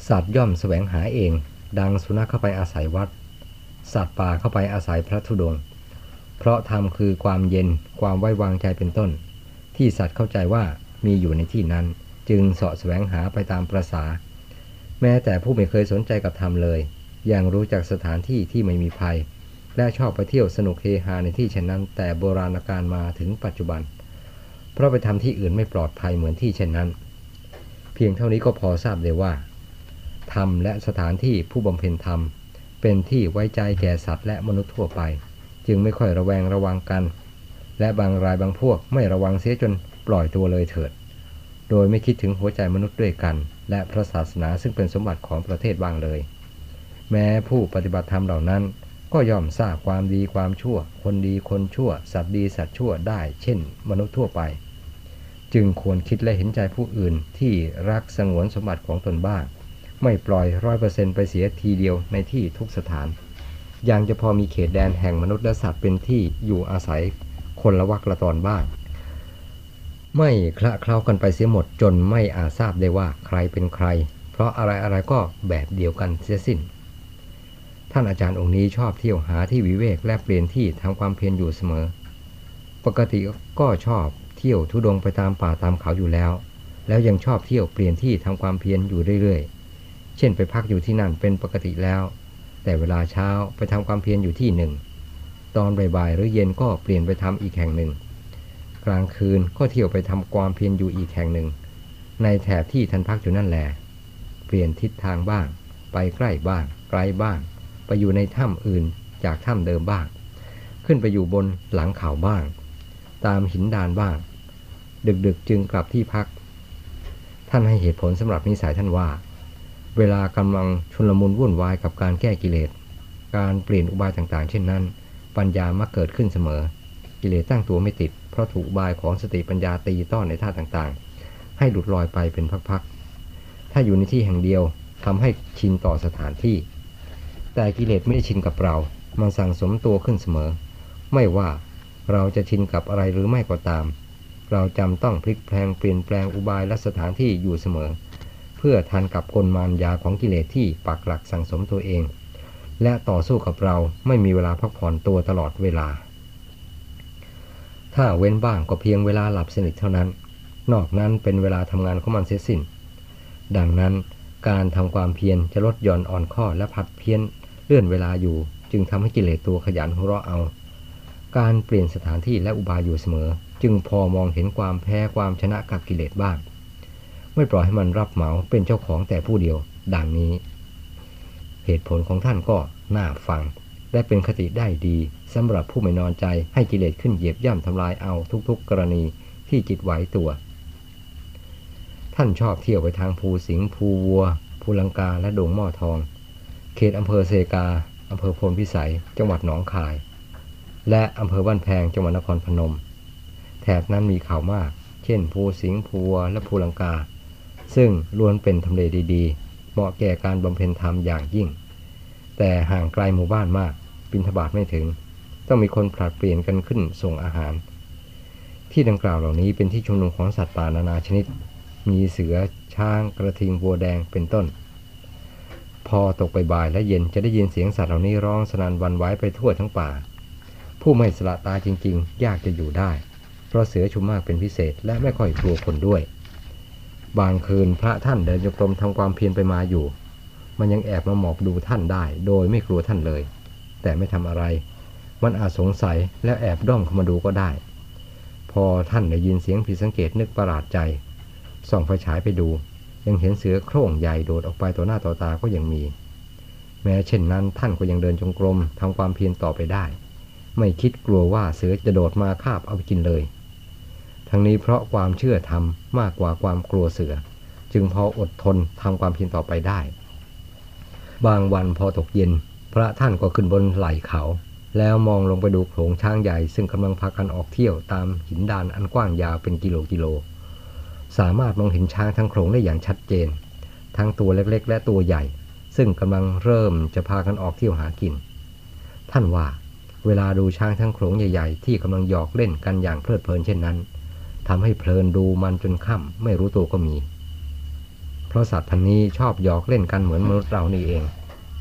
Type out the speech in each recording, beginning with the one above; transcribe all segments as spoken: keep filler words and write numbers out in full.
สัตว์ย่อมแสวงหาเองดังสุนัขเข้าไปอาศัยวัดสัตว์ป่าเข้าไปอาศัยพระธุดงค์เพราะธรรมคือความเย็นความไว้วางใจเป็นต้นที่สัตว์เข้าใจว่ามีอยู่ในที่นั้นจึงเสาะแสวงหาไปตามประสาแม้แต่ผู้ไม่เคยสนใจกับธรรมเลยยังรู้จักสถานที่ที่ไม่มีภัยและชอบไปเที่ยวสนุกเฮฮาในที่เช่นนั้นแต่โบราณกาลมาถึงปัจจุบันเพราะไปทำที่อื่นไม่ปลอดภัยเหมือนที่เช่นนั้นเพียงเท่านี้ก็พอทราบเลยว่าธรรมและสถานที่ผู้บำเพ็ญธรรมเป็นที่ไว้ใจแก่สัตว์และมนุษย์ทั่วไปจึงไม่ค่อยระแวงระวังกันและบางรายบางพวกไม่ระวังเสียจนปล่อยตัวเลยเถิดโดยไม่คิดถึงหัวใจมนุษย์ด้วยกันและพระศาสนาซึ่งเป็นสมบัติของประเทศบ้างเลยแม้ผู้ปฏิบัติธรรมเหล่านั้นก็ย่อมทราบความดีความชั่วคนดีคนชั่วสัตว์ดีสัตว์ชั่วได้เช่นมนุษย์ทั่วไปจึงควรคิดและเห็นใจผู้อื่นที่รักสงวนสมบัติของตนบ้างไม่ปล่อยร้อยเปอร์เซ็นต์ไปเสียทีเดียวในที่ทุกสถานยังจะพอมีเขตแดนแห่งมนุษย์และสัตว์เป็นที่อยู่อาศัยคนละวรรคละตอนบ้างไม่คละเคล้ากันไปเสียหมดจนไม่อาจทราบได้ว่าใครเป็นใครเพราะอะไรอะไรก็แบบเดียวกันเสียสิ้นท่านอาจารย์องค์นี้ชอบเที่ยวหาที่วิเวกและเปลี่ยนที่ทำความเพียรอยู่เสมอปกติก็ชอบเที่ยวธุดงค์ไปตามป่าตามเขาอยู่แล้วแล้วยังชอบเที่ยวเปลี่ยนที่ทำความเพียรอยู่เรื่อยๆเช่นไปพักอยู่ที่นั่นเป็นปกติแล้วแต่เวลาเช้าไปทำความเพียรอยู่ที่หนึ่งตอนบ่ายๆหรือเย็นก็เปลี่ยนไปทำอีกแห่งหนึ่งกลางคืนก็เที่ยวไปทำความเพียรอยู่อีกแห่งหนึ่งในแถบที่ท่านพักอยู่นั่นแหละเปลี่ยนทิศทางบ้างไปใกล้บ้างไกลบ้างไปอยู่ในถ้ำอื่นจากถ้ำเดิมบ้างขึ้นไปอยู่บนหลังเขาบ้างตามหินดานบ้างดึกๆจึงกลับที่พักท่านให้เหตุผลสำหรับนิสัยท่านว่าเวลากำลังชุลมุนวุ่นวายกับการแก้กิเลสการเปลี่ยนอุบายต่างๆเช่นนั้นปัญญามักเกิดขึ้นเสมอกิเลสตั้งตัวไม่ติดเพราะถูกอุบายของสติปัญญาตีต้อนในท่าต่างๆให้หลุดลอยไปเป็นพักๆถ้าอยู่ในที่แห่งเดียวทำให้ชินต่อสถานที่แต่กิเลสไม่ได้ชินกับเรามันสั่งสมตัวขึ้นเสมอไม่ว่าเราจะชินกับอะไรหรือไม่ก็ตามเราจำต้องพลิกแปลงเปลี่ยนแปลงอุบายและสถานที่อยู่เสมอเพื่อทันกับกลมารยาของกิเลสที่ปักหลักสั่งสมตัวเองและต่อสู้กับเราไม่มีเวลาพักผ่อนตัวตลอดเวลาถ้าเว้นบ้างก็เพียงเวลาหลับสนิทเท่านั้นนอกนั้นเป็นเวลาทำงานของมันเสียสิ้นดังนั้นการทำความเพียรจะลดหย่อนอ่อนข้อและผัดเพี้ยนเลื่อนเวลาอยู่จึงทำให้กิเลสตัวขยันหัวเราะเอาการเปลี่ยนสถานที่และอุบายอยู่เสมอจึงพอมองเห็นความแพ้ความชนะกับกิเลสบ้างไม่ปล่อยให้มันรับเหมาเป็นเจ้าของแต่ผู้เดียวดังนี้เหตุผลของท่านก็น่าฟังและเป็นคติได้ดีสำหรับผู้ไม่นอนใจให้กิเลสขึ้นเหยียบย่ำทำลายเอาทุกๆกรณีที่จิตไหวตัวท่านชอบเที่ยวไปทางภูสิงห์ภูวัวภูลังกาและดงหม้อทองเขตอำเภอเซกาอำเภอพลพิสัยจังหวัดหนองคายและอำเภอบ้านแพงจังหวัดนครพนมแถบนั้นมีเขามากเช่นภูสิงห์ภูวัวและภูลังกาซึ่งล้วนเป็นทำเลดีๆเหมาะแก่การบำเพ็ญธรรมอย่างยิ่งแต่ห่างไกลหมู่บ้านมากบิณฑบาตไม่ถึงต้องมีคนผลัดเปลี่ยนกันขึ้นส่งอาหารที่ดังกล่าวเหล่านี้เป็นที่ชุมนุมของสัตว์ป่านานาชนิดมีเสือช้างกระทิงวัวแดงเป็นต้นพอตกบ่ายและเย็นจะได้ยินเสียงสัตว์เหล่านี้ร้องสนั่นหวั่นไหวไปทั่วทั้งป่าผู้ไม่สละตาจริงๆยากจะอยู่ได้เพราะเสือชุมมากเป็นพิเศษและไม่ค่อยกลัวคนด้วยบางคืนพระท่านเดินจงกรมทำความเพียรไปมาอยู่มันยังแอบมาหมอบดูท่านได้โดยไม่กลัวท่านเลยแต่ไม่ทำอะไรมันอาจสงสัยแล้วแอบด้อมเข้ามาดูก็ได้พอท่านได้ยินเสียงผิดสังเกตนึกประหลาดใจส่องไฟฉายไปดูยังเห็นเสือโคร่งใหญ่โดดออกไปต่อหน้าต่อตาก็ยังมีแม้เช่นนั้นท่านก็ยังเดินจงกรมทำความเพียรต่อไปได้ไม่คิดกลัวว่าเสือจะโดดมาคาบเอาไปกินเลยทั้งนี้เพราะความเชื่อธรรมมากกว่าความกลัวเสือจึงพออดทนทำความเพียรต่อไปได้บางวันพอตกเย็นพระท่านก็ขึ้นบนไหล่เขาแล้วมองลงไปดูโขลงช้างใหญ่ซึ่งกำลังพากันออกเที่ยวตามหินดานอันกว้างยาวเป็นกิโลกิโลสามารถมองเห็นช้างทั้งโขลงได้อย่างชัดเจนทั้งตัวเล็กๆและตัวใหญ่ซึ่งกำลังเริ่มจะพากันออกเที่ยวหากินท่านว่าเวลาดูช้างทั้งโขลงใหญ่ๆที่กำลังหยอกเล่นกันอย่างเพลิดเพลินเช่นนั้นทำให้เพลินดูมันจนค่ำไม่รู้ตัวก็มีเพราะสัตว์พันนี้ชอบหยอกเล่นกันเหมือนมนุษย์เรานี่เอง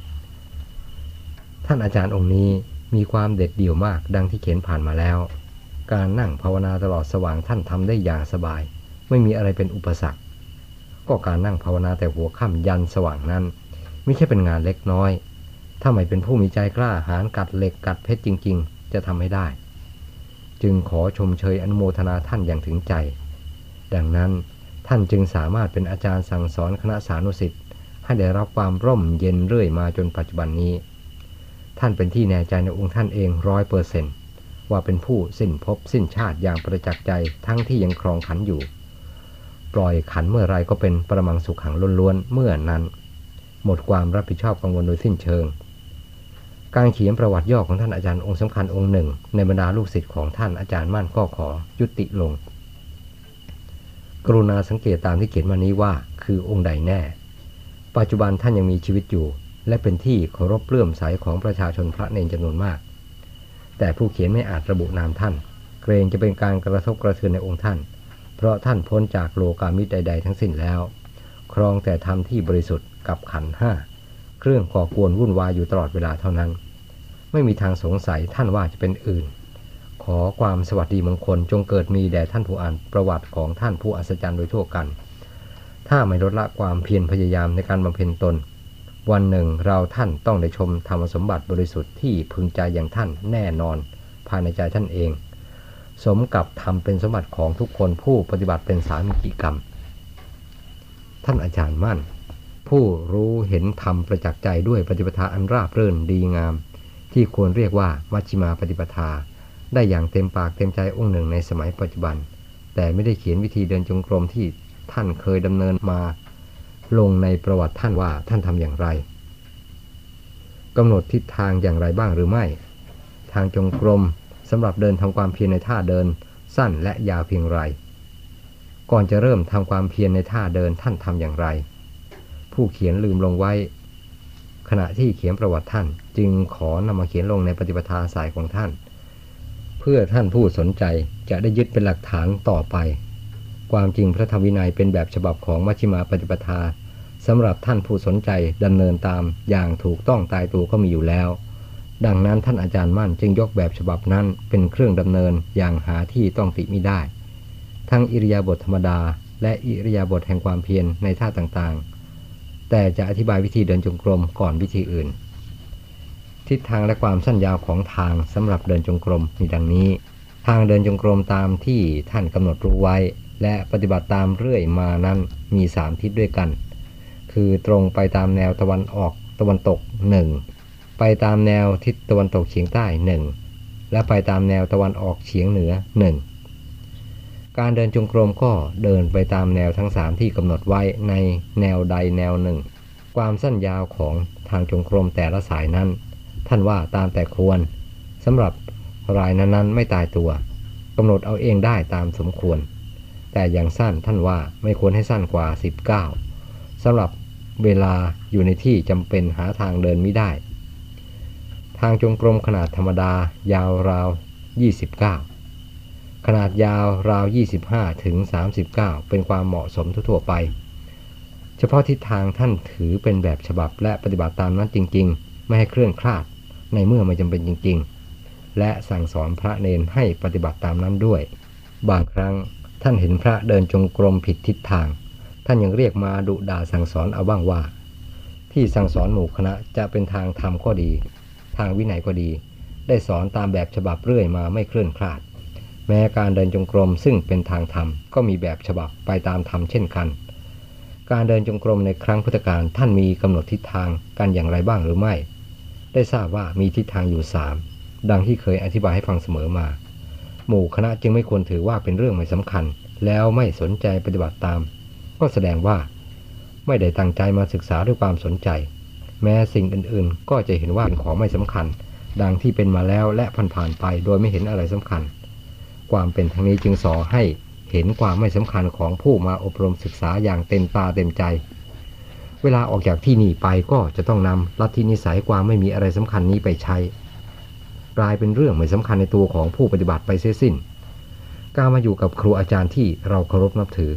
ท่านอาจารย์องค์นี้มีความเด็ดเดี่ยวมากดังที่เขียนผ่านมาแล้วการนั่งภาวนาตลอดสว่างท่านทำได้อย่างสบายไม่มีอะไรเป็นอุปสรรคก็การนั่งภาวนาแต่หัวค่ำยันสว่างนั้นไม่ใช่เป็นงานเล็กน้อยถ้าไม่เป็นผู้มีใจกล้าหาญกัดเหล็กกัดเพชรจริงๆจะทำไม่ได้จึงขอชมเชยอนุโมทนาท่านอย่างถึงใจดังนั้นท่านจึงสามารถเป็นอาจารย์สั่งสอนคณะสานุศิษย์ให้ได้รับความร่มเย็นเรื่อยมาจนปัจจุบันนี้ท่านเป็นที่แน่ใจในองค์ท่านเองร้อยเปอร์เซนต์ว่าเป็นผู้สิ้นภพสิ้นชาติอย่างประจักษ์ใจทั้งที่ยังครองขันอยู่ปล่อยขันเมื่อไรก็เป็นประมังสุขขังล้วนๆเมื่อนั้นหมดความรับผิดชอบกังวลโดยสิ้นเชิงการเขียนประวัติย่อของท่านอาจารย์องค์สำคัญองค์หนึ่งในบรรดาลูกศิษย์ของท่านอาจารย์มั่นก็ขอยุติลงกรุณาสังเกตตามที่เขียนมานี้ว่าคือองค์ใดแน่ปัจจุบันท่านยังมีชีวิตอยู่และเป็นที่เคารพเลื่อมใสของประชาชนพระเนรจำนวนมากแต่ผู้เขียนไม่อาจระบุนามท่านเกรงจะเป็นการกระทบกระเทือนในองค์ท่านเพราะท่านพ้นจากโลกามิตรใดๆทั้งสิ้นแล้วครองแต่ธรรมที่บริสุทธิ์กับขันธ์ห้าเครื่องก่อกวนวุ่นวายอยู่ตลอดเวลาเท่านั้นไม่มีทางสงสัยท่านว่าจะเป็นอื่นขอความสวัสดีมงคลจงเกิดมีแด่ท่านผู้อ่านประวัติของท่านผู้อัศจรรย์โดยทั่วกันถ้าไม่ลดละความเพียรพยายามในการบำเพ็ญตนวันหนึ่งเราท่านต้องได้ชมธรรมสมบัติบริสุทธิ์ที่พึงใจอย่างท่านแน่นอนภายในใจท่านเองสมกับธรรมเป็นสมบัติของทุกคนผู้ปฏิบัติเป็นสามีกิกรรมท่านอาจารย์มั่นผู้รู้เห็นธรรมประจักษ์ใจด้วยปฏิปทาอันราบรื่นดีงามที่ควรเรียกว่ามัชฌิมาปฏิปทาได้อย่างเต็มปากเต็มใจองค์หนึ่งในสมัยปัจจุบันแต่ไม่ได้เขียนวิธีเดินจงกรมที่ท่านเคยดำเนินมาลงในประวัติท่านว่าท่านทำอย่างไรกำหนดทิศทางอย่างไรบ้างหรือไม่ทางจงกรมสำหรับเดินทำความเพียรในท่าเดินสั้นและยาวเพียงไรก่อนจะเริ่มทำความเพียรในท่าเดินท่านทำอย่างไรผู้เขียนลืมลงไว้ขณะที่เขียนประวัติท่านจึงขอนำมาเขียนลงในปฏิปทาสายของท่านเพื่อท่านผู้สนใจจะได้ยึดเป็นหลักฐานต่อไปความจริงพระธรรมวินัยเป็นแบบฉบับของมัชฌิมาปฏิปทาสำหรับท่านผู้สนใจดำเนินตามอย่างถูกต้องตายตัวก็มีอยู่แล้วดังนั้นท่านอาจารย์มั่นจึงยกแบบฉบับนั้นเป็นเครื่องดำเนินอย่างหาที่ต้องติมิได้ทั้งอิริยาบถธรรมดาและอิริยาบถแห่งความเพียรในท่าต่างๆแต่จะอธิบายวิธีเดินจงกรมก่อนวิธีอื่นทิศทางและความสั้นยาวของทางสำหรับเดินจงกรมมีดังนี้ทางเดินจงกรมตามที่ท่านกำหนดรู้ไว้และปฏิบัติตามเรื่อยมานั้นมีสามทิศด้วยกันคือตรงไปตามแนวตะวันออกตะวันตกหนึ่งไปตามแนวทิศตะวันตกเฉียงใต้หนึ่งและไปตามแนวตะวันออกเฉียงเหนือหนึ่งการเดินจงกรมก็เดินไปตามแนวทั้งสามที่กำหนดไว้ในแนวใดแนวหนึ่งความสั้นยาวของทางจงกรมแต่ละสายนั้นท่านว่าตามแต่ควรสำหรับรายนั้นๆไม่ตายตัวกำหนดเอาเองได้ตามสมควรแต่อย่างสั้นท่านว่าไม่ควรให้สั้นกว่าสิบเก้าสำหรับเวลาอยู่ในที่จำเป็นหาทางเดินไม่ได้ทางจงกรมขนาดธรรมดายาวราวยี่สิบเก้าขนาดยาวราวยี่สิบห้าถึงสามสิบเก้าเป็นความเหมาะสมทั่วไปเฉพาะทิศทางท่านถือเป็นแบบฉบับและปฏิบัติตามนั้นจริงๆไม่ให้เคลื่อนคลาดในเมื่อไม่จำเป็นจริงๆและสั่งสอนพระเณรให้ปฏิบัติตามนั้นด้วยบางครั้งท่านเห็นพระเดินจงกรมผิดทิศทางท่านยังเรียกมาดุด่าสั่งสอนเอาบ้างว่าที่สั่งสอนหมู่คณะจะเป็นทางธรรมก็ดีทางวินัยก็ดีได้สอนตามแบบฉบับเรื่อยมาไม่เคลื่อนคลาดแม้การเดินจงกรมซึ่งเป็นทางธรรมก็มีแบบฉบับไปตามธรรมเช่นกันการเดินจงกรมในครั้งพุทธกาลท่านมีกำหนดทิศทางกันอย่างไรบ้างหรือไม่ได้ทราบว่ามีทิศทางอยู่สามดังที่เคยอธิบายให้ฟังเสมอมาหมู่คณะจึงไม่ควรถือว่าเป็นเรื่องไม่สำคัญแล้วไม่สนใจปฏิบัติตามก็แสดงว่าไม่ได้ตั้งใจมาศึกษาด้วยความสนใจแม้สิ่งอื่นๆก็จะเห็นว่าเป็นของไม่สำคัญดังที่เป็นมาแล้วและผ่านๆไปโดยไม่เห็นอะไรสำคัญความเป็นทางนี้จึงสอให้เห็นความไม่สำคัญของผู้มาอบรมศึกษาอย่างเต็มตาเต็มใจเวลาออกจากที่นี่ไปก็จะต้องนำลัทธินิสัยความไม่มีอะไรสำคัญนี้ไปใช้กลายเป็นเรื่องไม่สำคัญในตัวของผู้ปฏิบัติไปเสียสิ้นการมาอยู่กับครูอาจารย์ที่เราเคารพนับถือ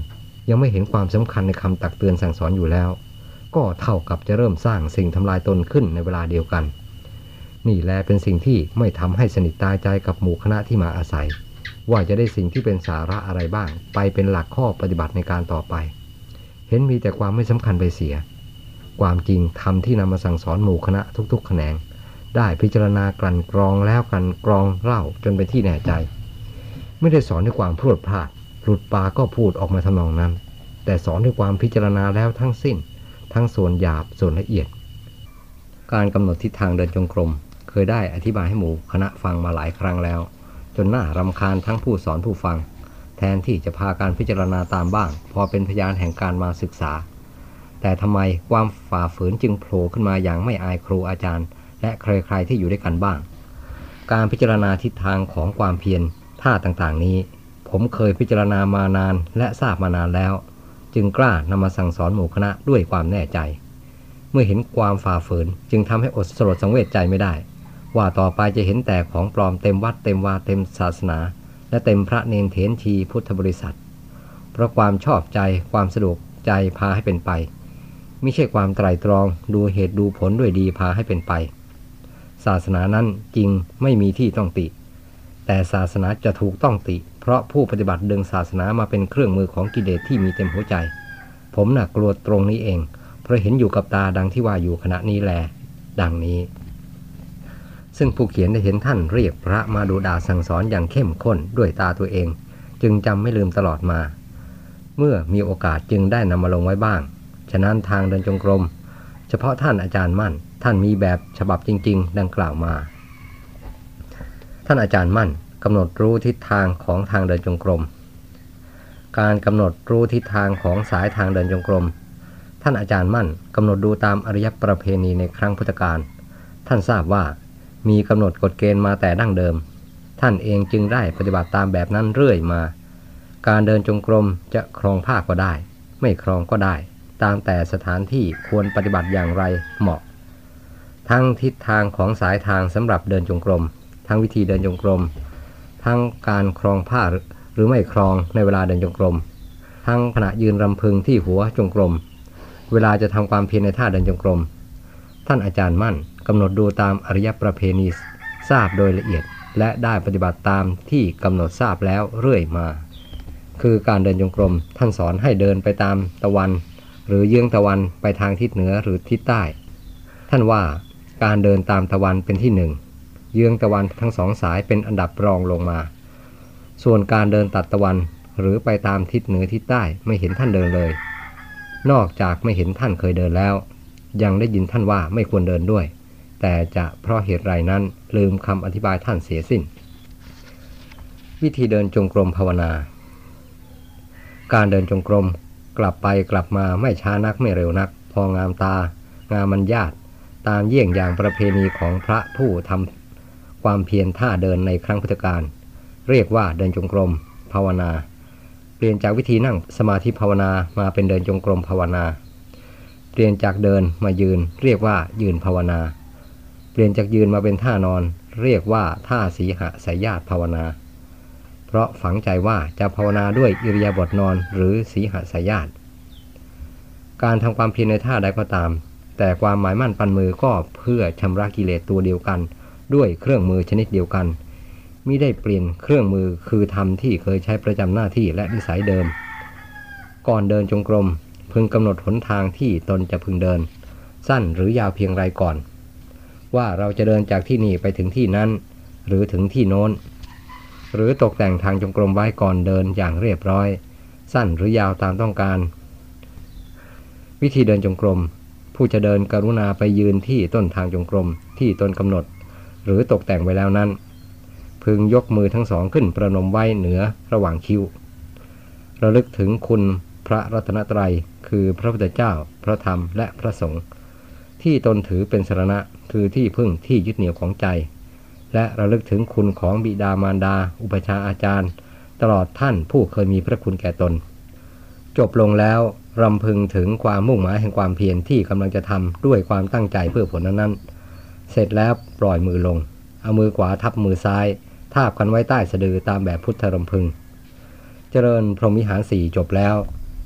ยังไม่เห็นความสำคัญในคำตักเตือนสั่งสอนอยู่แล้วก็เท่ากับจะเริ่มสร้างสิ่งทำลายตนขึ้นในเวลาเดียวกันนี่แลเป็นสิ่งที่ไม่ทำให้สนิทตายใจกับหมู่คณะที่มาอาศัยว่าจะได้สิ่งที่เป็นสาระอะไรบ้างไปเป็นหลักข้อปฏิบัติในการต่อไปเห็นมีแต่ความไม่สำคัญไปเสียความจริงธรรมที่นำมาสั่งสอนหมู่คณะทุกๆแขนงได้พิจารณากลั่นกรองแล้วกลั่นกรองเล่าจนเป็นที่แน่ใจไม่ได้สอนด้วยความพรวดพลาดหลุดปากก็พูดออกมาทำนองนั้นแต่สอนด้วยความพิจารณาแล้วทั้งสิ้นทั้งส่วนหยาบส่วนละเอียดการกำหนดทิศทางเดินจงกรมเคยได้อธิบายให้หมู่คณะฟังมาหลายครั้งแล้วจนน่ารำคาญทั้งผู้สอนผู้ฟังแทนที่จะพาการพิจารณาตามบ้างพอเป็นพยานแห่งการมาศึกษาแต่ทำไมความฝ่าฝืนจึงโผล่ขึ้นมาอย่างไม่อายครูอาจารย์และใครๆที่อยู่ด้วยกันบ้างการพิจารณาทิศทางของความเพียรท่าต่างๆนี้ผมเคยพิจารณามานานและทราบมานานแล้วจึงกล้านำมาสั่งสอนหมู่คณะด้วยความแน่ใจเมื่อเห็นความฝ่าฝืนจึงทำให้อดสลดสังเวชใจไม่ได้ว่าต่อไปจะเห็นแต่ของปลอมเต็มวัดเต็มวาเต็มศาสนาและเต็มพระเนรเถรชีพุทธบริษัทเพราะความชอบใจความสะดวกใจพาให้เป็นไปไม่ใช่ความไตร่ตรองดูเหตุดูผลด้วยดีพาให้เป็นไปศาสนานั้นจริงไม่มีที่ต้องติแต่ศาสนาจะถูกต้องติเพราะผู้ปฏิบัติดึงศาสนามาเป็นเครื่องมือของกิเลสที่มีเต็มหัวใจผมน่ะกลัวตรงนี้เองเพราะเห็นอยู่กับตาดังที่ว่าอยู่ขณะนี้แลดังนี้ซึ่งผู้เขียนได้เห็นท่านเรียกพระมาดูด่าสั่งสอนอย่างเข้มข้นด้วยตาตัวเองจึงจำไม่ลืมตลอดมาเมื่อมีโอกาสจึงได้นำมาลงไว้บ้างฉะนั้นทางเดินจงกรมเฉพาะท่านอาจารย์มั่นท่านมีแบบฉบับจริงๆดังกล่าวมาท่านอาจารย์มั่นกำหนดรู้ทิศทางของทางเดินจงกรมการกำหนดรู้ทิศทางของสายทางเดินจงกรมท่านอาจารย์มั่นกำหนดดูตามอริยประเพณีในครั้งพุทธกาลท่านทราบว่ามีกำหนดกฎเกณฑ์มาแต่ดั้งเดิมท่านเองจึงได้ปฏิบัติตามแบบนั้นเรื่อยมาการเดินจงกรมจะครองผ้าก็ได้ไม่ครองก็ได้ตามแต่สถานที่ควรปฏิบัติอย่างไรเหมาะทั้งทิศทางของสายทางสำหรับเดินจงกรมทั้งวิธีเดินจงกรมทั้งการครองผ้าหรือไม่ครองในเวลาเดินจงกรมทั้งขณะยืนรำพึงที่หัวจงกรมเวลาจะทำความเพียรในท่าเดินจงกรมท่านอาจารย์มั่นกำหนดดูตามอริยประเพณีทราบโดยละเอียดและได้ปฏิบัติตามที่กำหนดทราบแล้วเรื่อยมาคือการเดินจงกรมท่านสอนให้เดินไปตามตะวันหรือเยื้องตะวันไปทางทิศเหนือหรือทิศใต้ท่านว่าการเดินตามตะวันเป็นที่หนึ่งเยื้องตะวันทั้งสองสายเป็นอันดับรองลงมาส่วนการเดินตัดตะวันหรือไปตามทิศเหนือทิศใต้ไม่เห็นท่านเดินเลยนอกจากไม่เห็นท่านเคยเดินแล้วยังได้ยินท่านว่าไม่ควรเดินด้วยแต่จะเพราะเหตุไรนั้นลืมคำอธิบายท่านเสียสิ้นวิธีเดินจงกรมภาวนาการเดินจงกรมกลับไปกลับมาไม่ช้านักไม่เร็วนักพองามตางามมัญญาตตามเยี่ยงอย่างประเพณีของพระผู้ทำความเพียรท่าเดินในครั้งพุทธกาลเรียกว่าเดินจงกรมภาวนาเปลี่ยนจากวิธีนั่งสมาธิภาวนามาเป็นเดินจงกรมภาวนาเปลี่ยนจากเดินมายืนเรียกว่ายืนภาวนาเปลี่ยนจากยืนมาเป็นท่านอนเรียกว่าท่าสีหสายญาติภาวนาเพราะฝังใจว่าจะภาวนาด้วยอิริยาบถนอนหรือสีหสายญาติการทำความเพียรในท่าใดก็ตามแต่ความหมายมั่นปันมือก็เพื่อชำระกิเลสตัวเดียวกันด้วยเครื่องมือชนิดเดียวกันมิได้เปลี่ยนเครื่องมือคือธรรมที่เคยใช้ประจำหน้าที่และนิสัยเดิมก่อนเดินจงกรมพึงกำหนดหนทางที่ตนจะพึงเดินสั้นหรือยาวเพียงไรก่อนว่าเราจะเดินจากที่นี่ไปถึงที่นั้นหรือถึงที่โน้นหรือตกแต่งทางจงกรมไว้ก่อนเดินอย่างเรียบร้อยสั้นหรือยาวตามต้องการวิธีเดินจงกรมผู้จะเดินกรุณาไปยืนที่ต้นทางจงกรมที่ตนกำหนดหรือตกแต่งไว้แล้วนั้นพึงยกมือทั้งสองขึ้นประนมไว้เหนือระหว่างคิ้วระลึกถึงคุณพระรัตนตรัยคือพระพุทธเจ้าพระธรรมและพระสงฆ์ที่ตนถือเป็นสรณะคือที่พึ่งที่ยึดเหนี่ยวของใจและระลึกถึงคุณของบิดามารดาอุปชาอาจารย์ตลอดท่านผู้เคยมีพระคุณแก่ตนจบลงแล้วรำพึงถึงความมุ่งหมายแห่งความเพียรที่กำลังจะทำด้วยความตั้งใจเพื่อผลนั้นๆเสร็จแล้วปล่อยมือลงเอามือขวาทับมือซ้ายทาบกันไว้ใต้สะดือตามแบบพุทธรำพึงเจริญพรหมวิหารสี่จบแล้ว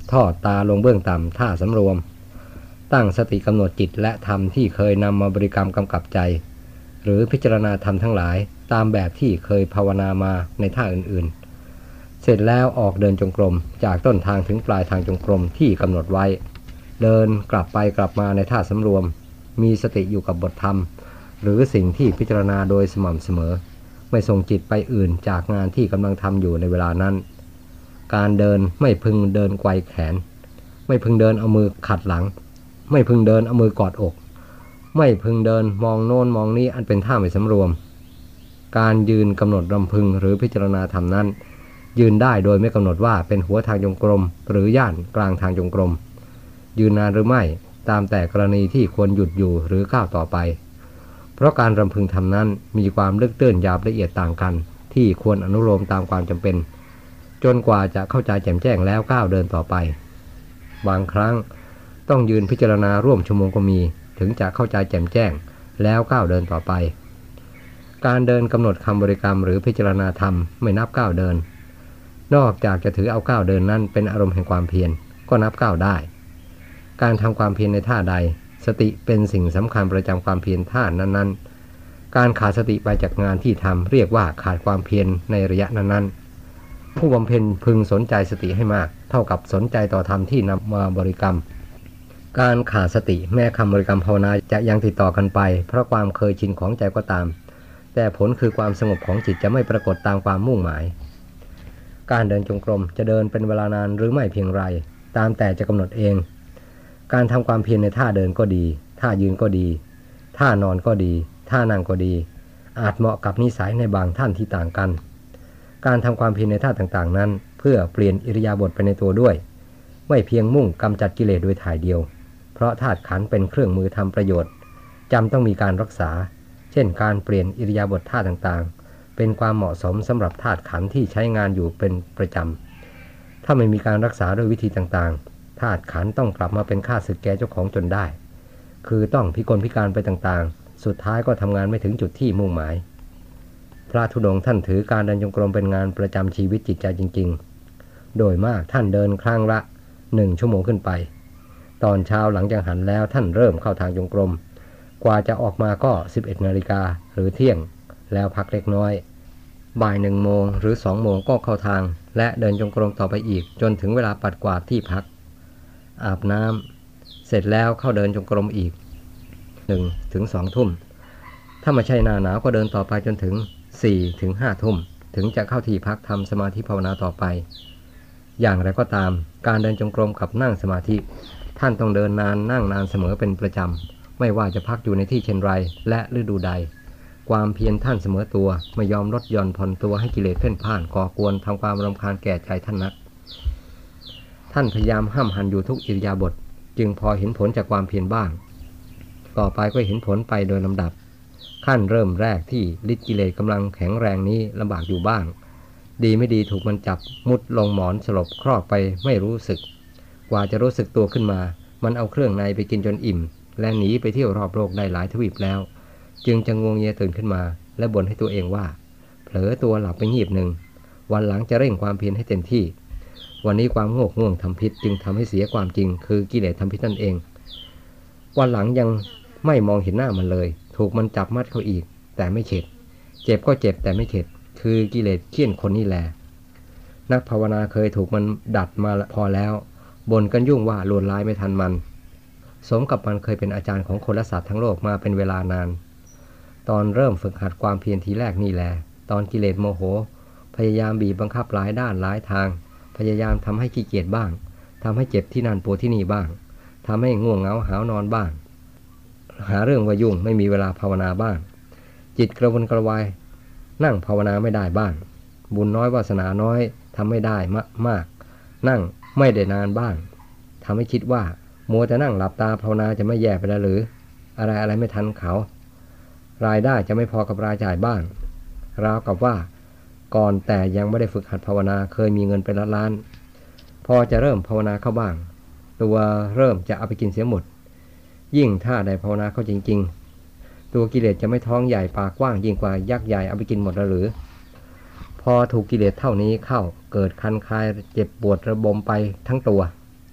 ทอดตาลงเบื้องต่ำท่าสำรวมตั้งสติกำหนดจิตและธรรมที่เคยนำมาบริกรรมกำกับใจหรือพิจารณาธรรมทั้งหลายตามแบบที่เคยภาวนามาในท่าอื่นๆเสร็จแล้วออกเดินจงกรมจากต้นทางถึงปลายทางจงกรมที่กำหนดไว้เดินกลับไปกลับมาในท่าสำรวมมีสติอยู่กับบทธรรมหรือสิ่งที่พิจารณาโดยสม่ำเสมอไม่ส่งจิตไปอื่นจากงานที่กำลังทำอยู่ในเวลานั้นการเดินไม่พึงเดินไกวแขนไม่พึงเดินเอามือขัดหลังไม่พึงเดินเอามือกอดอกไม่พึงเดินมองโน้นมองนี้อันเป็นท่าไม่สำรวมการยืนกำหนดรำพึงหรือพิจารณาธรรมนั้นยืนได้โดยไม่กำหนดว่าเป็นหัวทางจงกรมหรือย่านกลางทางจงกรมยืนนานหรือไม่ตามแต่กรณีที่ควรหยุดอยู่หรือก้าวต่อไปเพราะการรำพึงธรรมนั้นมีความลึกตื้นหยาบละเอียดต่างกันที่ควรอนุโลมตามความจำเป็นจนกว่าจะเข้าใจแจ่มแจ้งแล้วก้าวเดินต่อไปบางครั้งต้องยืนพิจารณาร่วมชั่วโมงก็มีถึงจะเข้าใจแจ่มแจ้งแล้วก้าวเดินต่อไปการเดินกำหนดคำบริกรรมหรือพิจารณาธรรมไม่นับก้าวเดินนอกจากจะถือเอาก้าวเดินนั้นเป็นอารมณ์แห่งความเพียรก็นับก้าวได้การทำความเพียรในท่าใดสติเป็นสิ่งสำคัญประจำความเพียรท่านั้นๆการขาดสติไปจากงานที่ทำเรียกว่าขาดความเพียรในระยะนั้นๆผู้บำเพ็ญพึงสนใจสติให้มากเท่ากับสนใจต่อธรรมที่นำมาบริกรรมการขาดสติแม้คำบริกรรมภาวนาจะยังติดต่อกันไปเพราะความเคยชินของใจก็ตามแต่ผลคือความสงบของจิตจะไม่ปรากฏตามความมุ่งหมายการเดินจงกรมจะเดินเป็นเวลานานหรือไม่เพียงไรตามแต่จะกำหนดเองการทำความเพียรในท่าเดินก็ดีท่ายืนก็ดีท่านอนก็ดีท่านั่งก็ดีอาจเหมาะกับนิสัยในบางท่านที่ต่างกันการทำความเพียรในท่าต่างๆนั้นเพื่อเปลี่ยนอิริยาบถไปในตัวด้วยไม่เพียงมุ่งกำจัดกิเลสโดยถ่ายเดียวเพราะธาตุขันธ์เป็นเครื่องมือทำประโยชน์จำต้องมีการรักษาเช่นการเปลี่ยนอิริยาบถท่าต่างๆเป็นความเหมาะสมสำหรับธาตุขันธ์ที่ใช้งานอยู่เป็นประจำถ้าไม่มีการรักษาด้วยวิธีต่างๆธาตุขันธ์ต้องกลับมาเป็นข้าศึกแก่เจ้าของจนได้คือต้องพิกลพิการไปต่างๆสุดท้ายก็ทำงานไม่ถึงจุดที่มุ่งหมายพระธุดงค์ท่านถือการเดินจงกรมเป็นงานประจำชีวิตจิตใจจริงๆโดยมากท่านเดินครั้งละหนึ่งชั่วโมงขึ้นไปตอนเช้าหลังจากหันแล้วท่านเริ่มเข้าทางจงกรมกว่าจะออกมาก็สิบเอ็ดนาฬิกาหรือเที่ยงแล้วพักเล็กน้อยบ่ายหนึ่งโมงหรือสองโมงก็เข้าทางและเดินจงกรมต่อไปอีกจนถึงเวลาปัดกวาดที่พักอาบน้ำเสร็จแล้วเข้าเดินจงกรมอีกหนึ่งถึงสองทุ่มถ้าไม่ใช่หน้าหนาวก็เดินต่อไปจนถึงสี่ถึงห้าทุ่มถึงจะเข้าที่พักทำสมาธิภาวนาต่อไปอย่างไรก็ตามการเดินจงกรมกับนั่งสมาธิท่านต้องเดินนานนั่งนานเสมอเป็นประจำไม่ว่าจะพักอยู่ในที่เช่นไรและฤดูใดความเพียรท่านเสมอตัวไม่ยอมลดหย่อนผ่อนตัวให้กิเลสเพ่นพ่านก่อกวนทำความรำคาญแก่ใจท่านนักท่านพยายามห้ามหันอยู่ทุกอิริยาบถจึงพอเห็นผลจากความเพียรบ้างต่อไปก็เห็นผลไปโดยลำดับขั้นเริ่มแรกที่ฤทธิ์กิเลสกำลังแข็งแรงนี้ลำบากอยู่บ้างดีไม่ดีถูกมันจับมุดลงหมอนสลบครอบไปไม่รู้สึกกว่าจะรู้สึกตัวขึ้นมามันเอาเครื่องในไปกินจนอิ่มและหนีไปเที่ยวรอบโลกได้หลายทวีปแล้วจึงจะงวงเงียตื่นขึ้นมาและบ่นให้ตัวเองว่าเผลอตัวหลับไปงีบหนึ่งวันหลังจะเร่งความเพียรให้เต็มที่วันนี้ความโง่ง่วงทำพิษจึงทำให้เสียความจริงคือกิเลสทำพิษนั่นเองวันหลังยังไม่มองเห็นหน้ามันเลยถูกมันจับมัดเข้าอีกแต่ไม่เข็ดเจ็บก็เจ็บแต่ไม่เข็ดคือกิเลสเคี่ยนคนนี่แหละนักภาวนาเคยถูกมันดัดมาพอแล้วบ่นกันยุ่งว่าลวนลายไม่ทันมันสมกับมันเคยเป็นอาจารย์ของคนและสัตว์ทั้งโลกมาเป็นเวลานานตอนเริ่มฝึกหัดความเพียรทีแรกนี่แหละตอนกิเลสโมโหพยายามบีบบังคับหลายด้านหลายทางพยายามทำให้ขี้เกียจบ้างทำให้เจ็บที่นั่นปวดที่นี่บ้างทำให้ง่วงเหงาหาวนอนบ้างหาเรื่องว่ายุ่งไม่มีเวลาภาวนาบ้างจิตกระวนกระวายนั่งภาวนาไม่ได้บ้างบุญน้อยวาสนาน้อยทำไม่ได้มากนั่งไม่ได้นานบ้างทำให้คิดว่ามัวแต่นั่งหลับตาภาวนาจะไม่แย่ไปแล้วหรืออะไรอะไรไม่ทันเขารายได้จะไม่พอกับรายจ่ายบ้างราวกับว่าก่อนแต่ยังไม่ได้ฝึกหัดภาวนาเคยมีเงินเป็นล้านๆพอจะเริ่มภาวนาเข้าบ้างตัวเริ่มจะเอาไปกินเสียหมดยิ่งถ้าได้ภาวนาเข้าจริงๆตัวกิเลสจะไม่ท้องใหญ่ปากกว้างยิ่งกว่ายักษ์ใหญ่เอาไปกินหมดแล้วหรือพอถูกกิเลสเท่านี้เข้าเกิดคันคายเจ็บปวดระบมไปทั้งตัว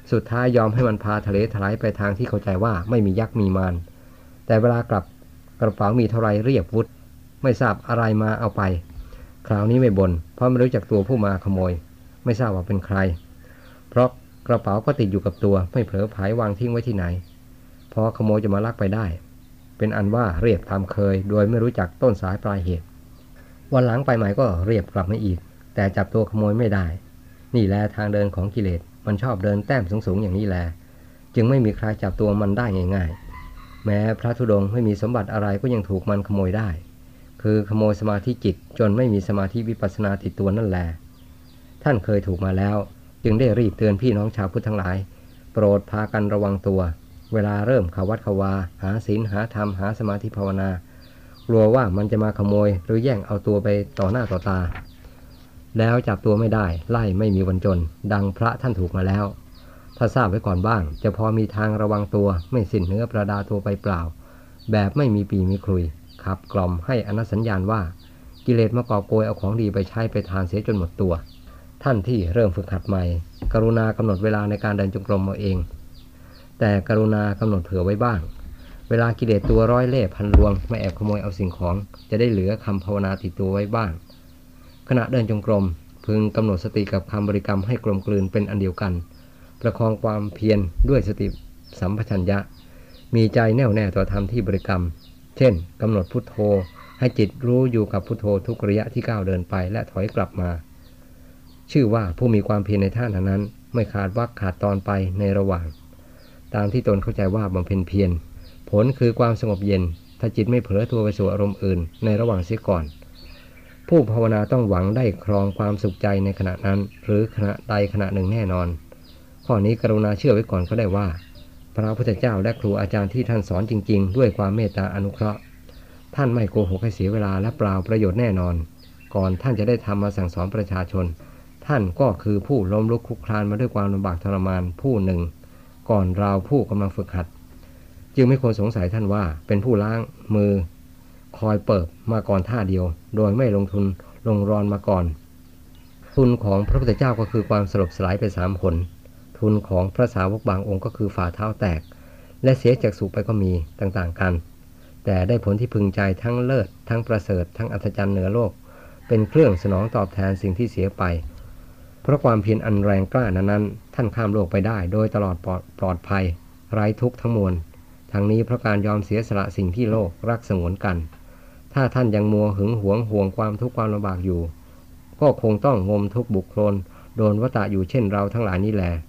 สุดท้ายยอมให้มันพาทะเลถลายไปทางที่เข้าใจว่าไม่มียักษ์มีมารแต่เวลากลับกระเป๋ามีเท่าไรเรียบวุฒไม่ทราบอะไรมาเอาไปคราวนี้ไม่บ่นเพราะไม่รู้จักตัวผู้มาขโมยไม่ทราบว่าเป็นใครเพราะกระเป๋าก็ติดอยู่กับตัวไม่เผลอไผลวางทิ้งไว้ที่ไหนพอขโมยจะมาลักไปได้เป็นอันว่าเรียบตามเคยโดยไม่รู้จักต้นสายปลายเหตุวันหลังไปใหม่ก็เรียบกลับมาอีกแต่จับตัวขโมยไม่ได้นี่แลทางเดินของกิเลสมันชอบเดินแต้มสูงๆอย่างนี้แลจึงไม่มีใครจับตัวมันได้ง่ายๆแม้พระธุดงค์ไม่มีสมบัติอะไรก็ยังถูกมันขโมยได้คือขโมยสมาธิจิตจนไม่มีสมาธิวิปัสสนาติดตัวนั่นแลท่านเคยถูกมาแล้วจึงได้รีบเตือนพี่น้องชาวพุทธทั้งหลายโปรดพากันระวังตัวเวลาเริ่มเข้าวัดเข้าวาหาศีลหาธรรมหาสมาธิภาวนากลัวว่ามันจะมาขโมยหรือแย่งเอาตัวไปต่อหน้าต่อตาแล้วจับตัวไม่ได้ไล่ไม่มีวันจนดังพระท่านถูกมาแล้วถ้าทราบไว้ก่อนบ้างจะพอมีทางระวังตัวไม่สิ้นเนื้อประดาตัวไปเปล่าแบบไม่มีปีมีคลุยขับกล่อมให้อนัตสัญญาณว่ากิเลสมากอบโกยเอาของดีไปใช้ไปทานเสียจนหมดตัวท่านที่เริ่มฝึกหัดใหม่กรุณากำหนดเวลาในการเดินจงกรมเอาเองแต่กรุณากำหนดเผื่อไว้บ้างเวลากิเลสตัวร้อยเล่ห์พันลวงไม่แอบขโมยเอาสิ่งของจะได้เหลือคำภาวนาติดตัวไว้บ้างขณะเดินจงกรมพึงกำหนดสติกับคำบริกรรมให้กลมกลืนเป็นอันเดียวกันประคองความเพียรด้วยสติสัมปชัญญะมีใจแน่วแน่ต่อธรรมที่บริกรรมเช่นกำหนดพุทโธให้จิตรู้อยู่กับพุทโธทุกระยะที่ก้าวเดินไปและถอยกลับมาชื่อว่าผู้มีความเพียรในท่านั้นไม่ขาดวรรคขาดตอนไปในระหว่างตามที่ตนเข้าใจว่าบำเพ็ญเพียรผลคือความสงบเย็นถ้าจิตไม่เผลอตัวไปสู่อารมณ์อื่นในระหว่างเสียก่อนผู้ภาวนาต้องหวังได้ครองความสุขใจในขณะนั้นหรือขณะใดขณะหนึ่งแน่นอนข้อนี้กรุณาเชื่อไว้ก่อนก็ได้ว่าพระพุทธเจ้าและครูอาจารย์ที่ท่านสอนจริงๆด้วยความเมตตาอนุเคราะห์ท่านไม่โกหกให้เสียเวลาและเปล่าประโยชน์แน่นอนก่อนท่านจะได้ทำมาสั่งสอนประชาชนท่านก็คือผู้ล้มลุกคลุกคลานมาด้วยความลำบากทรมานผู้หนึ่งก่อนเราผู้กำลังฝึกหัดจึงไม่ควรสงสัยท่านว่าเป็นผู้ล้างมือคอยเปิบมาก่อนท่าเดียวโดยไม่ลงทุนลงรอนมาก่อนทุนของพระพุทธเจ้าก็คือความสลบสลายไปสามผลทุนของพระสาวกบางองค์ก็คือฝ่าเท้าแตกและเสียจากสุไปก็มีต่างๆกันแต่ได้ผลที่พึงใจทั้งเลิศทั้งประเสริฐทั้งอัศจรรย์เหนือโลกเป็นเครื่องสนองตอบแทนสิ่งที่เสียไปเพราะความเพียรอันแรงกล้านั้นท่านข้ามโลกไปได้โดยตลอดปลอดภัยไร้ทุกข์ทั้งมวลทั้งนี้เพราะการยอมเสียสละสิ่งที่โลกรักสงวนกันถ้าท่านยังมัวหึงหวงห่วงความทุกข์ความลำบากอยู่ก็คงต้องงมทุกข์บุคคลโดนวตะอยู่เช่นเราทั้งหลายนี่แหละ